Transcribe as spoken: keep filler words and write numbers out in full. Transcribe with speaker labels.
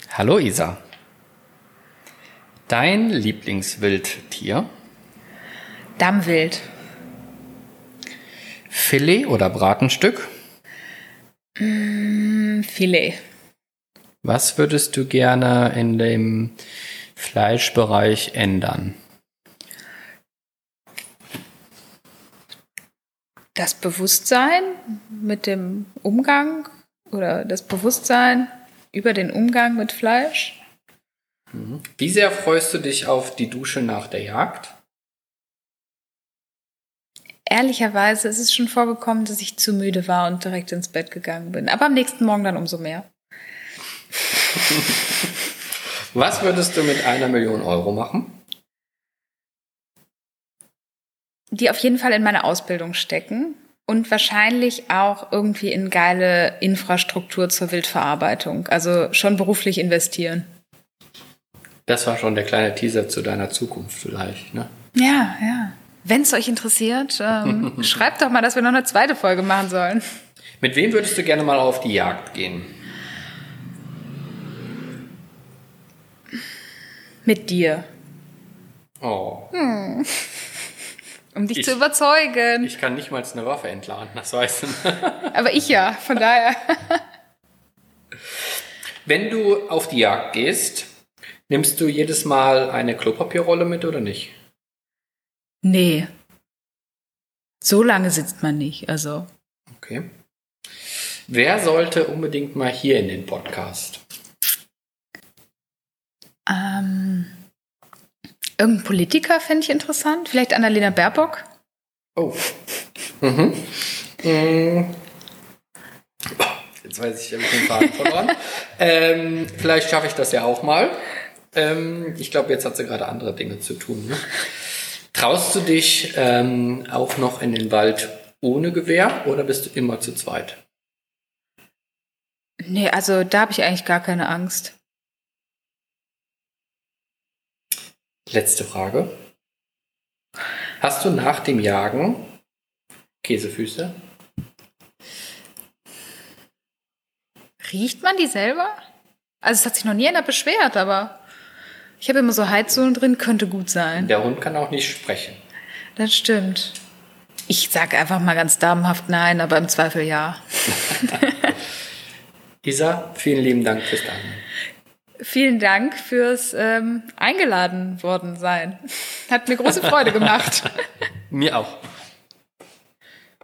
Speaker 1: Hallo Isa. Dein Lieblingswildtier?
Speaker 2: Dammwild.
Speaker 1: Filet oder Bratenstück?
Speaker 2: Mm, Filet.
Speaker 1: Was würdest du gerne in dem Fleischbereich ändern?
Speaker 2: Das Bewusstsein mit dem Umgang oder das Bewusstsein über den Umgang mit Fleisch.
Speaker 1: Wie sehr freust du dich auf die Dusche nach der Jagd?
Speaker 2: Ehrlicherweise ist es schon vorgekommen, dass ich zu müde war und direkt ins Bett gegangen bin. Aber am nächsten Morgen dann umso mehr.
Speaker 1: Was würdest du mit einer Million Euro machen?
Speaker 2: Die auf jeden Fall in meine Ausbildung stecken und wahrscheinlich auch irgendwie in geile Infrastruktur zur Wildverarbeitung. Also schon beruflich investieren.
Speaker 1: Das war schon der kleine Teaser zu deiner Zukunft vielleicht, ne?
Speaker 2: Ja, ja. Wenn es euch interessiert, ähm, schreibt doch mal, dass wir noch eine zweite Folge machen sollen.
Speaker 1: Mit wem würdest du gerne mal auf die Jagd gehen?
Speaker 2: Mit dir.
Speaker 1: Oh.
Speaker 2: Hm. Um dich
Speaker 1: Ich-
Speaker 2: zu überzeugen.
Speaker 1: Ich kann nicht mal eine Waffe entladen, das weißt du.
Speaker 2: Aber ich ja, von daher.
Speaker 1: Wenn du auf die Jagd gehst, nimmst du jedes Mal eine Klopapierrolle mit oder nicht?
Speaker 2: Nee. So lange sitzt man nicht, also.
Speaker 1: Okay. Wer sollte unbedingt mal hier in den Podcast?
Speaker 2: Ähm, irgendein Politiker fände ich interessant. Vielleicht Annalena Baerbock.
Speaker 1: Oh. Mhm. Mm. Oh, jetzt weiß ich, ich habe den Faden verloren. ähm, vielleicht schaffe ich das ja auch mal. Ähm, ich glaube, jetzt hat sie gerade andere Dinge zu tun. Ne? Traust du dich ähm, auch noch in den Wald ohne Gewehr oder bist du immer zu zweit?
Speaker 2: Nee, also da habe ich eigentlich gar keine Angst.
Speaker 1: Letzte Frage. Hast du nach dem Jagen Käsefüße?
Speaker 2: Riecht man die selber? Also es hat sich noch nie einer beschwert, aber ich habe immer so Heizsohlen drin, könnte gut sein.
Speaker 1: Der Hund kann auch nicht sprechen.
Speaker 2: Das stimmt. Ich sage einfach mal ganz damenhaft nein, aber im Zweifel ja.
Speaker 1: Isa, vielen lieben Dank fürs Dasein.
Speaker 2: Vielen Dank fürs ähm, eingeladen worden sein. Hat mir große Freude gemacht.
Speaker 1: Mir auch.